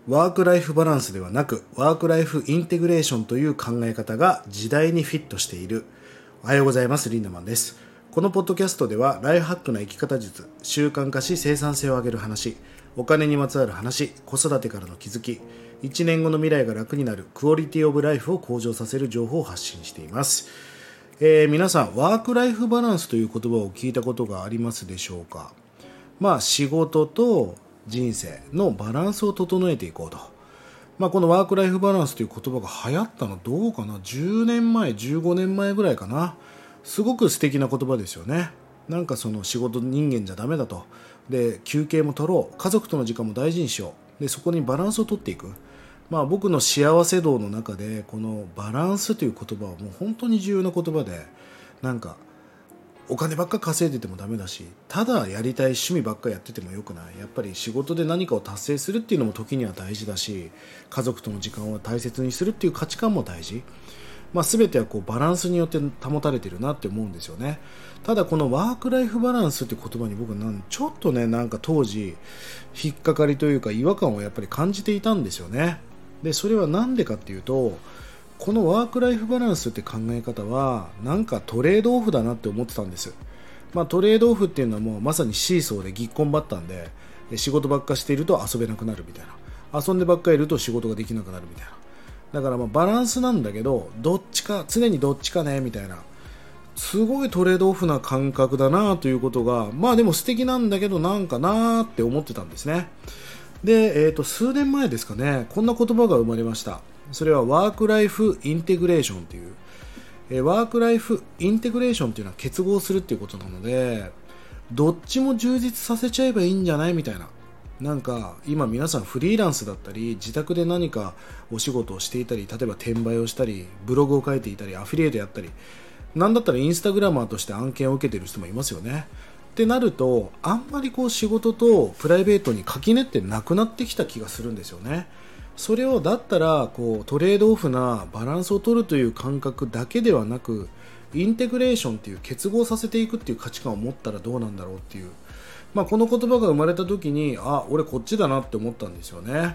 ワークライフバランスではなくワークライフインテグレーションという考え方が時代にフィットしている。おはようございます。リンダマンです。このポッドキャストではライフハックな生き方術、習慣化し生産性を上げる話、お金にまつわる話、子育てからの気づき、1年後の未来が楽になるクオリティオブライフを向上させる情報を発信しています。皆さんワークライフバランスという言葉を聞いたことがありますでしょうか。仕事と人生のバランスを整えていこうと、このワークライフバランスという言葉が流行ったのどうかな、10年前15年前ぐらいかな。すごく素敵な言葉ですよね。なんかその仕事人間じゃダメだと、で休憩も取ろう、家族との時間も大事にしよう、でそこにバランスを取っていく。僕の幸せ道の中でこのバランスという言葉はもう本当に重要な言葉で、なんかお金ばっか稼いでてもダメだし、ただやりたい趣味ばっかやっててもよくない。やっぱり仕事で何かを達成するっていうのも時には大事だし、家族との時間を大切にするっていう価値観も大事。全てはバランスによって保たれてるなって思うんですよね。ただこのワークライフバランスっていう言葉に僕ちょっとね、なんか当時引っかかりというか違和感をやっぱり感じていたんですよね。でそれはなんでかっていうと、このワークライフバランスって考え方はなんかトレードオフだなって思ってたんです。トレードオフっていうのはもうまさにシーソーでぎっこんばったんで、仕事ばっかしていると遊べなくなるみたいな、遊んでばっかりいると仕事ができなくなるみたいな。だからバランスなんだけど、どっちか常にどっちかねみたいな、すごいトレードオフな感覚だなということが、でも素敵なんだけどなんかなって思ってたんですね。で、数年前ですかね、こんな言葉が生まれました。それはワークライフインテグレーションという、ワークライフインテグレーションというのは結合するっていうことなので、どっちも充実させちゃえばいいんじゃないみたいな。なんか今皆さんフリーランスだったり、自宅で何かお仕事をしていたり、例えば転売をしたり、ブログを書いていたり、アフィリエイトやったり、なんだったらインスタグラマーとして案件を受けている人もいますよね。ってなると、あんまり仕事とプライベートに垣根ってなくなってきた気がするんですよね。それをだったらトレードオフなバランスを取るという感覚だけではなく、インテグレーションっていう結合させていくっていう価値観を持ったらどうなんだろうっていう、この言葉が生まれた時に、俺こっちだなって思ったんですよね。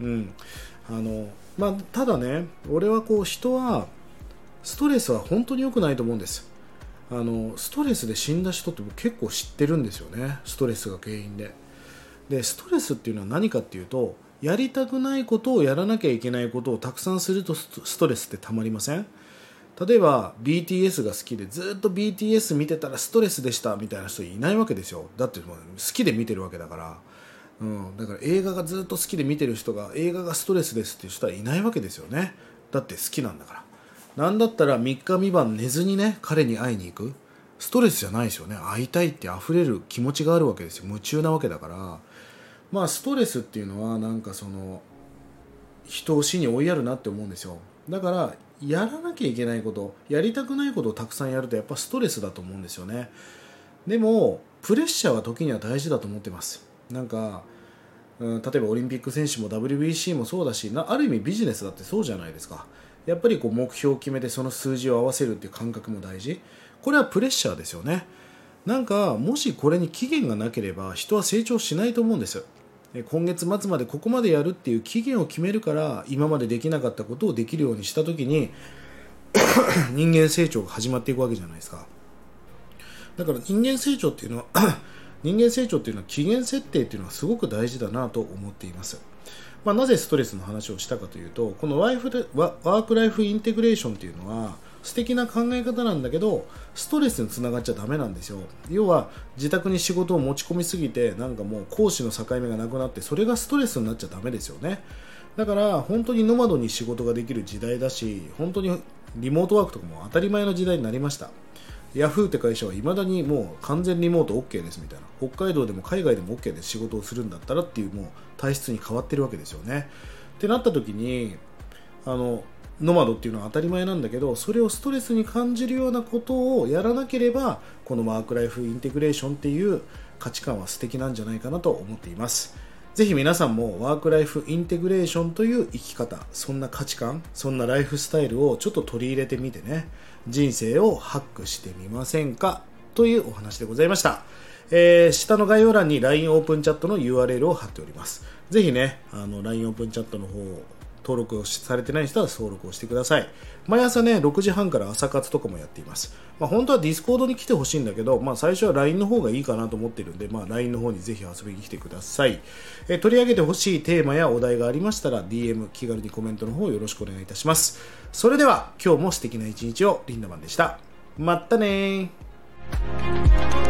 ただね、俺は人はストレスは本当に良くないと思うんです。ストレスで死んだ人って結構知ってるんですよね。ストレスが原因でストレスっていうのは何かっていうと、やりたくないことをやらなきゃいけないことをたくさんするとストレスってたまりません？例えば BTS が好きでずっと BTS 見てたらストレスでしたみたいな人いないわけですよ。だってもう好きで見てるわけだから、だから映画がずっと好きで見てる人が映画がストレスですっていう人はいないわけですよね。だって好きなんだから。なんだったら3日3晩寝ずにね、彼に会いに行く、ストレスじゃないですよね。会いたいって溢れる気持ちがあるわけですよ。夢中なわけだから、ストレスっていうのはなんか人を死に追いやるなって思うんですよ。だからやらなきゃいけないこと、やりたくないことをたくさんやるとやっぱストレスだと思うんですよね。でもプレッシャーは時には大事だと思ってます。なんか、例えばオリンピック選手も WBC もそうだし、ある意味ビジネスだってそうじゃないですか。やっぱり目標を決めてその数字を合わせるっていう感覚も大事。これはプレッシャーですよね。なんかもしこれに期限がなければ人は成長しないと思うんです。今月末までここまでやるっていう期限を決めるから、今までできなかったことをできるようにしたときに人間成長が始まっていくわけじゃないですか。だから人間成長っていうのは期限設定っていうのはすごく大事だなと思っています。なぜストレスの話をしたかというと、このワークライフインテグレーションっていうのは素敵な考え方なんだけど、ストレスにつながっちゃダメなんですよ。要は自宅に仕事を持ち込みすぎて、なんかもう講師の境目がなくなって、それがストレスになっちゃダメですよね。だから本当にノマドに仕事ができる時代だし、本当にリモートワークとかも当たり前の時代になりました。ヤフーって会社は未だにもう完全リモート OK ですみたいな、北海道でも海外でも OK で仕事をするんだったらっていう、もう体質に変わってるわけですよね。ってなった時にノマドっていうのは当たり前なんだけど、それをストレスに感じるようなことをやらなければ、このワークライフインテグレーションっていう価値観は素敵なんじゃないかなと思っています。ぜひ皆さんもワークライフインテグレーションという生き方、そんな価値観、そんなライフスタイルをちょっと取り入れてみてね、人生をハックしてみませんかというお話でございました。 下の概要欄に LINE オープンチャットの URL を貼っております。ぜひね、LINE オープンチャットの方を登録をされてない人は登録をしてください。毎朝ね、6時半から朝活とかもやっています。本当はディスコードに来てほしいんだけど、最初は LINE の方がいいかなと思ってるんで、LINE の方にぜひ遊びに来てください。取り上げてほしいテーマやお題がありましたら DM 気軽にコメントの方よろしくお願いいたします。それでは今日も素敵な一日を。リンダマンでした。まったねー。